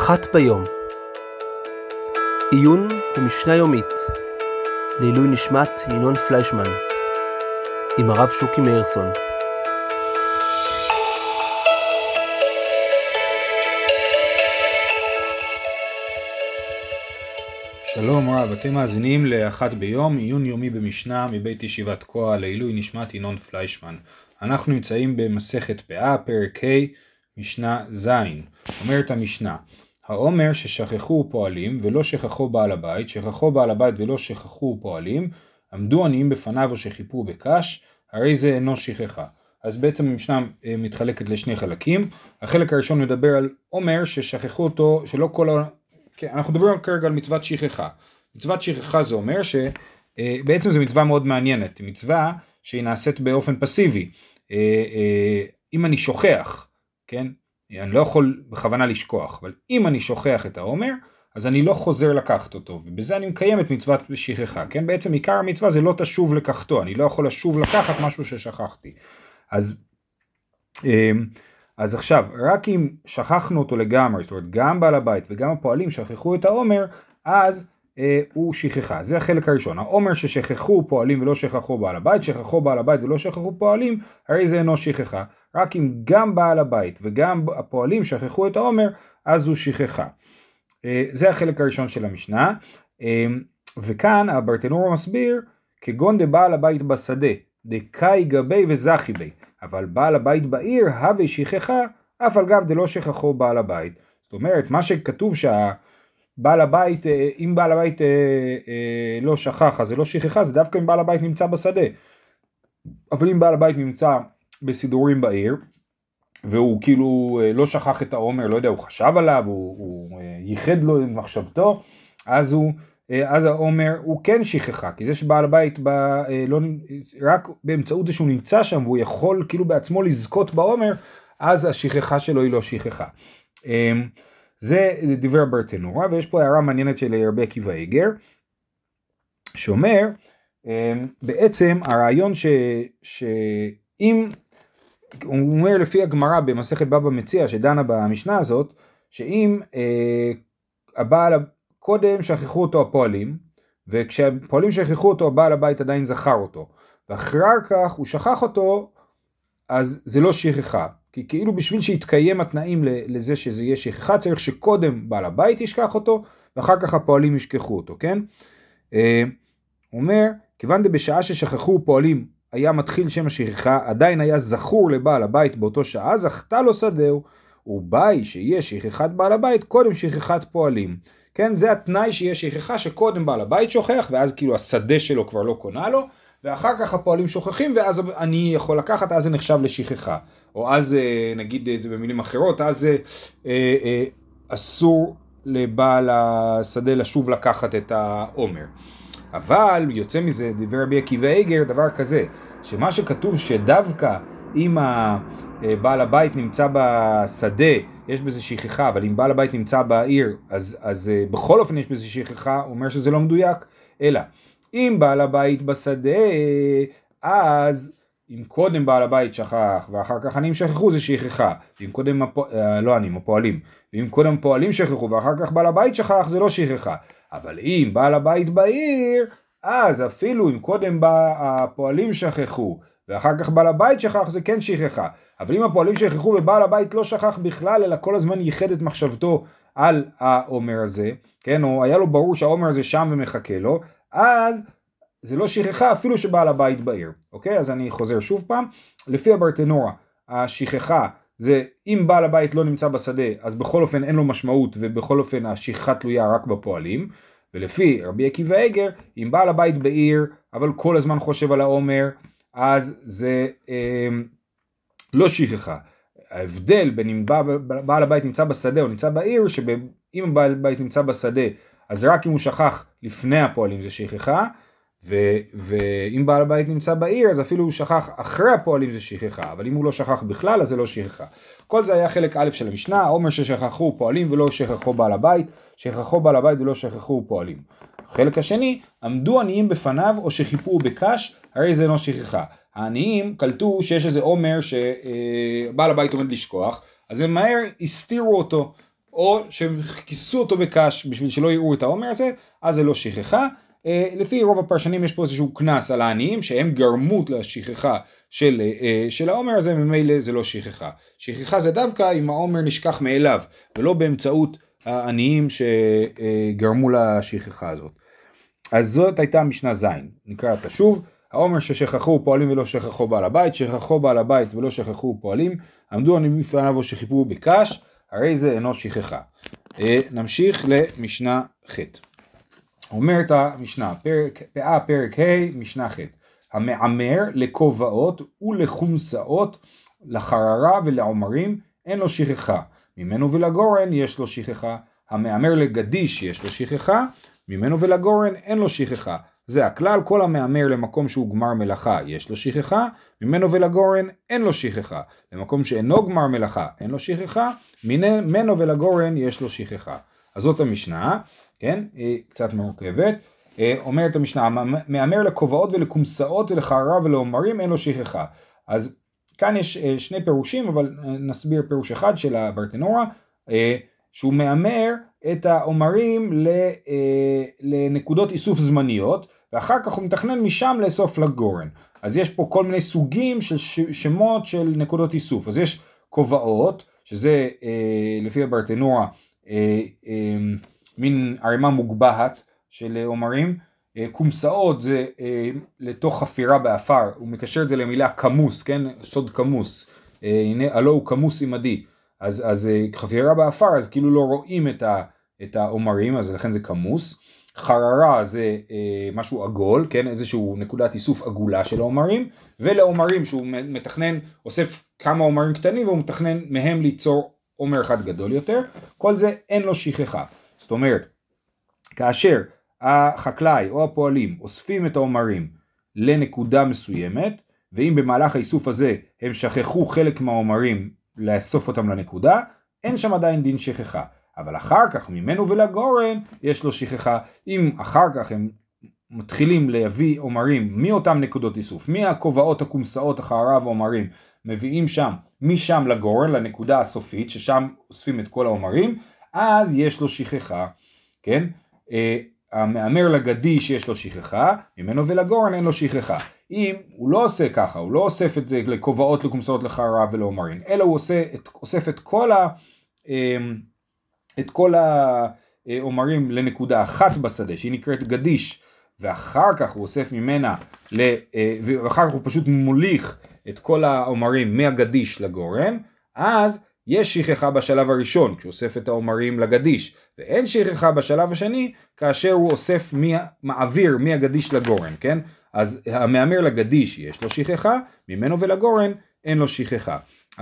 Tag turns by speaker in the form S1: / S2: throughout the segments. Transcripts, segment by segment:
S1: אחת ביום. עיון במשנה יומית לעילוי נשמת ינון פליישמן עם הרב שוקי מאירסון.
S2: שלום רב, אתם מאזינים לאחת ביום, עיון יומי במשנה מבית ישיבת תקוע לעילוי נשמת ינון פליישמן. אנחנו נמצאים במסכת פאה, פרק ה', משנה ז'. אומרת המשנה, האומר ששכחו פועלים ולא שכחו בעל הבית, שכחו בעל הבית ולא שכחו פועלים, עמדו עניים בפניו או שחיפו בקש, הרי זה אינו שכחה. אז בעצם המשנה מתחלקת לשני חלקים. החלק הראשון מדבר על אומר ששכחו אותו, שלא כל כן, אנחנו מדברים כרגע על מצוות שכחה. מצוות שכחה זה אומר שבעצם זו מצווה מאוד מעניינת, מצווה שהיא נעשית באופן פסיבי. אם אני שוכח, כן, אני לא יכול בכוונה לשכוח, אבל אם אני שוכח את העומר, אז אני לא חוזר לקחת אותו, ובזה אני מקיים את מצוות שכחה, כן, בעצם עיקר המצווה זה לא תשוב לקחתו, אני לא יכול לשוב לקחת משהו ששכחתי. אז עכשיו, רק אם שכחנו אותו לגמרי, זאת אומרת, גם בעל הבית וגם הפועלים שכחו את העומר, אז הוא שכחה. זה החלק הראשון. העומר ששכחו פועלים ולא שכחו בעל הבית, שכחו בעל הבית ולא שכחו פועלים, הרי זה אינו שכחה. רק אם גם בעל הבית וגם הפועלים שכחו את העומר, אז הוא שכחה. זה החלק הראשון של המשנה. וכאן הברטנורה מסביר, כגון דבעל הבית בשדה, דקאי גבי וזכי בי. אבל בעל הבית בעיר, הווה שכחה, אף על גב דלא שכחו בעל הבית. זאת אומרת, מה שכתוב שהבעל הבית, אם בעל הבית לא שכח, אז זה לא שכחה, זה דווקא אם בעל הבית נמצא בשדה. אבל אם בעל הבית נמצא בסידורים בעיר, והוא כאילו לא שכח את העומר, לא יודע, הוא חשב עליו, הוא ייחד לו את מחשבתו, אז העומר הוא כן שכחה, כי זה שבעל הבית רק באמצעות זה שהוא נמצא שם, והוא יכול כאילו בעצמו לזכות בעומר, אז השכחה שלו היא לא שכחה. זה דבר ברטנורה, ויש פה הערה מעניינת של רבי עקיבא איגר, שאומר, בעצם הרעיון שאם, הוא אומר לפי הגמרא במסכת בבא מציעא, שדנה במשנה הזאת, שאם קודם שכחו אותו הפועלים, וכשהפועלים שכחו אותו, הבעל הבית עדיין זכר אותו, ואחר כך הוא שכח אותו, אז זה לא שכחה, כי כאילו בשביל שיתקיים התנאים לזה שזה יהיה שכחה, צריך שקודם בעל הבית ישכח אותו, ואחר כך הפועלים ישכחו אותו, כן? הוא אומר, כיוון בשעה ששכחו פועלים, היה מתחיל שם השכחה, עדיין היה זכור לבעל הבית באותו שעה, זכתה לו שדהו, ובאי שיהיה שכחת בעל הבית, קודם שכחת פועלים. כן, זה התנאי שיש שכחה שקודם בעל הבית שוכח, ואז כאילו השדה שלו כבר לא קונה לו, ואחר כך הפועלים שוכחים, ואז אני יכול לקחת, אז זה נחשב לשכחה. או אז, נגיד במילים אחרות, אז אסור לבעל השדה לשוב לקחת את העומר. אבל יוצא מזה, דבר רבי עקיבא איגר, דבר כזה, שמה שכתוב שדווקא אם בעל הבית נמצא בשדה, יש בזה שכחה, אבל אם בעל הבית נמצא בעיר, אז בכל אופן יש בזה שכחה, הוא אומר שזה לא מדויק, אלא אם בעל הבית בשדה, אז אם קודם בעל הבית שכח, ואחר כך עניים שכחו, זה שכחה, ואם קודם, לא עניים, הפועלים, ואם קודם פועלים שכחו, ואחר כך בעל הבית שכח, זה לא שכחה, אבל אם בעל הבית בעיר, אז אפילו אם קודם הפועלים שכחו, ואחר כך בעל הבית שכח, זה כן שכחה. אבל אם הפועלים שכחו ובעל הבית לא שכח בכלל, אלא כל הזמן ייחד את מחשבתו על העומר הזה, כן, או היה לו ברור שהעומר הזה שם ומחכה לו, אז זה לא שכחה אפילו שבעל הבית בעיר. אוקיי? אז אני חוזר שוב פעם. לפי הברטנורה, השכחה זה אם בעל הבית לא נמצא בשדה, אז בכל אופן אין לו משמעות, ובכל אופן השכחה תלויה רק בפועלים. ולפי רבי עקיבא איגר, אם בעל הבית בעיר, אבל כל הזמן חושב על העומר, אז זה לא שכחה. ההבדל בין אם בעל הבית נמצא בשדה או נמצא בעיר, שאם בעל הבית נמצא בשדה, אז רק אם הוא שכח לפני הפועלים זה שכחה, ואם בעל הבית נמצא בעיר, אז אפילו הוא שכח אחרי הפועלים זה שכחה, אבל אם הוא לא שכח בכלל, אז זה לא שכחה. כל זה היה חלק א' של המשנה, אומר ששכחו פועלים ולא שכחו בעל הבית, שכחו בעל הבית ולא שכחו פועלים. החלק השני, עמדו עניים בפניו או שחיפו בקש, הרי זה לא שכחה. העניים קלטו שיש איזה עומר שבעל הבית עומד לשכוח, אז הם מהר הסתירו אותו, או שהם כיסו אותו בקש בשביל שלא יראו את העומר הזה, אז זה לא שכחה. לפי רוב הפרשנים יש פה איזשהו כנס על העניים, שהם גרמו לשכחה של העומר הזה, ממילא זה לא שכחה. שכחה זה דווקא אם העומר נשכח מאליו, ולא באמצעות העניים שגרמו לשכחה הזאת. אז זאת הייתה משנה זין, נקרא אותה שוב. העומר ששכחו פועלים ולא שכחו בעל הבית, שכחו בעל הבית ולא שכחו פועלים, עמדו עניים לפניו או שחיפו בקש, הרי זה אינו שכחה. נמשיך למשנה ח'. אומרת המשנה, פרק ה' משנה ח'. המעמר לכובעות ולחומסאות, לחררה ולעומרים, אין לו שכחה. ממנו ולגורן יש לו שכחה. המעמר לגדיש יש לו שכחה, ממנו ולגורן אין לו שכחה. זה הכלל, כל המעמר למקום שהוא גמר מלאכה יש לו שכחה, ממנו ולגורן אין לו שכחה. למקום שאינו גמר מלאכה אין לו שכחה, ממנו ולגורן יש לו שכחה. אז זאת המשנה, כן? היא קצת מורכבת. אומרת המשנה, מעמר לכובעות ולקומסאות ולחררה ולעומרים אין לו שכחה. אז כאן יש שני פירושים, אבל נסביר פירוש אחד של הברטנורה, שהוא מעמר את העומרים לנקודות איסוף זמניות, ואחר כך הוא מתכנן משם לאסוף לגורן. אז יש פה כל מיני סוגים של שמות של נקודות איסוף. אז יש כובעות, שזה לפי הברטנורה מין ערימה מוגבהת של עומרים. קומסאות זה לתוך חפירה באפר, הוא מקשר את זה למילה כמוס, כן? סוד כמוס, הנה הלא הוא כמוס עמדי. אז חפירה באפר, אז כאילו לא רואים את העומרים, אז לכן זה כמוס. חררה זה משהו עגול, כן? איזשהו נקודת איסוף עגולה של העומרים, ולעומרים שהוא מתכנן, אוסף כמה עומרים קטנים, והוא מתכנן מהם ליצור עומר אחד גדול יותר. כל זה אין לו שכחה. זאת אומרת, כאשר החקלאי או הפועלים אוספים את העומרים לנקודה מסוימת, ואם במהלך האיסוף הזה הם שכחו חלק מהעומרים לאסוף אותם לנקודה, אין שם עדיין דין שכחה. אבל אחר כך ממנו ולגורן יש לו שכחה. אם אחר כך הם מתחילים להביא עומרים מאותם נקודות איסוף, מהכובעות, הקומסאות, החררה והעומרים, מביאים שם, משם לגורן, לנקודה הסופית, ששם אוספים את כל העומרים, אז יש לו שכחה, כן? המעמר לגדיש יש לו שכחה, ממנו ולגורן אין לו שכחה. אם הוא לא עושה ככה, הוא לא אוסף את זה לכובעות, לקומסאות, לחררה ולעומרים, אלא הוא אוסף את כל העומרים לנקודה אחת בשדה, שהיא נקראת גדיש, ואחר כך הוא אוסף ממנה, ואחר כך הוא פשוט מוליך את כל העומרים מהגדיש לגורן, אז יש שכחה בשלב הראשון, כשהוא אוסף את העומרים לגדיש, ואין שכחה בשלב השני, כאשר הוא אוסף מעביר מהגדיש לגורן, כן? אז המעמר לגדיש יש לו שכחה, ממנו ולגורן אין לו שכחה.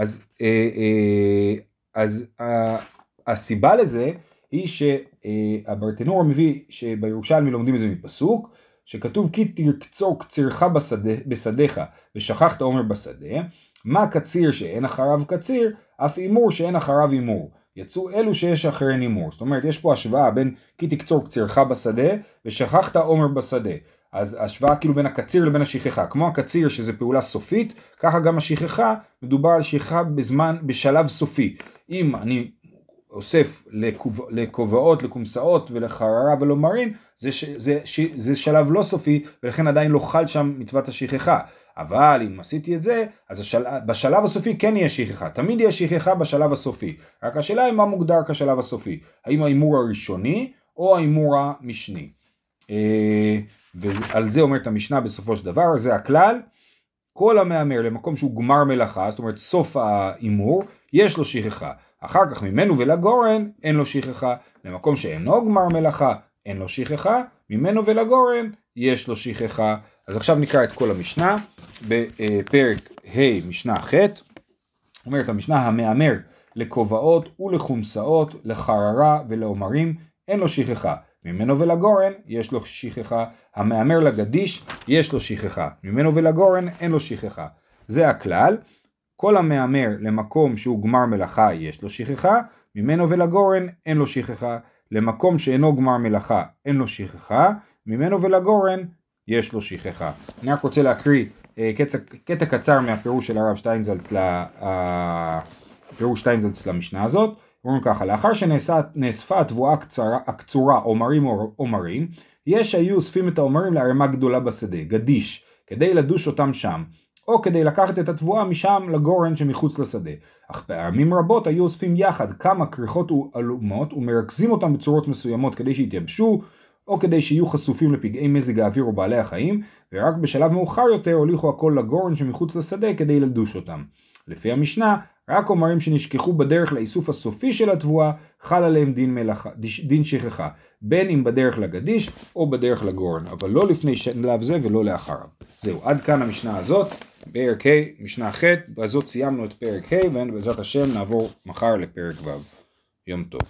S2: אז הסיבה לזה היא שהברטנורה מביא שבירושלמי לומדים את זה מפסוק, שכתוב כי תקצור קצירך בשדיך ושכחת עומר בשדה, מה קציר שאין אחריו קציר, אף אימור שאין אחריו אימור. יצאו אלו שיש אחריהם אימור. זאת אומרת, יש פה השוואה בין כי תקצור קצירך בשדה ושכחת עומר בשדה. אז השוואה כאילו בין הקציר לבין השכחה. כמו הקציר שזה פעולה סופית, ככה גם השכחה מדובר על שכחה בשלב סופי. אם אני אוסף לכובעות, לקומסאות ולחררה ולעומרים, זה שלב לא סופי, ולכן עדיין לא חל שם מצוות השכחה. אבל אם עשיתי את זה, אז בשלב הסופי כן יהיה שכחה. תמיד יהיה שכחה בשלב הסופי. רק השאלה היא מה מוגדר כשלב הסופי. האם האימור הראשוני או האימור המשני. ועל זה אומרת המשנה בסופו של דבר, זה הכלל. כל המעמר למקום שהוא גמר מלאכה, זאת אומרת סוף האימור, יש לו שכחה. אחר כך ממנו ולגורן אין לו שכחה. למקום שאינו גמר מלאכה אין לו שכחה. ממנו ולגורן יש לו שכחה. אז עכשיו נקרא את כל המשנה בפרק ה' משנה ח'. אומרת המשנה, המעמר לכובעות ולחומסאות, לחררה ולעומרים אין לו שכחה. ממנו ולגורן יש לו שכחה. המעמר לגדיש יש לו שכחה. ממנו ולגורן אין לו שכחה. זה הכלל. כל המעמר למקום שהוא גמר מלאכה יש לו שכחה. ממנו ולגורן אין לו שכחה. למקום שאינו גמר מלאכה אין לו שכחה. ממנו ולגורן יש לו שכחה. אני רק רוצה להקריא קטע קצר מהפירוש של הרב שטיינזלץ, פירוש שטיינזלץ למשנה הזאת. אומרים ככה, לאחר שנאספה התבואה הקצורה עומרים, יש שהיו אוספים את העומרים לערימה גדולה בשדה, גדיש, כדי לדוש אותם שם, או כדי לקחת את התבואה משם לגורן שמחוץ לשדה. אך פעמים רבות היו אוספים יחד כמה כריכות אלומות ומרכזים אותם בצורות מסוימות כדי שיתייבשו, או כדי שיהיו חשופים לפגעי מזג האוויר ובעלי החיים, ורק בשלב מאוחר יותר הוליכו הכל לגורן שמחוץ לשדה כדי לדוש אותם. לפי המשנה, רק עומרים שנשכחו בדרך לאיסוף הסופי של התבואה, חל עליהם דין שכחה, בין אם בדרך לגדיש או בדרך לגורן, אבל לא לפני שלב זה ולא לאחריו. זהו, עד כאן המשנה הזאת, פרק ה', משנה ח', בזאת סיימנו את פרק ה', ובעזרת השם נעבור מחר לפרק ו'. יום טוב.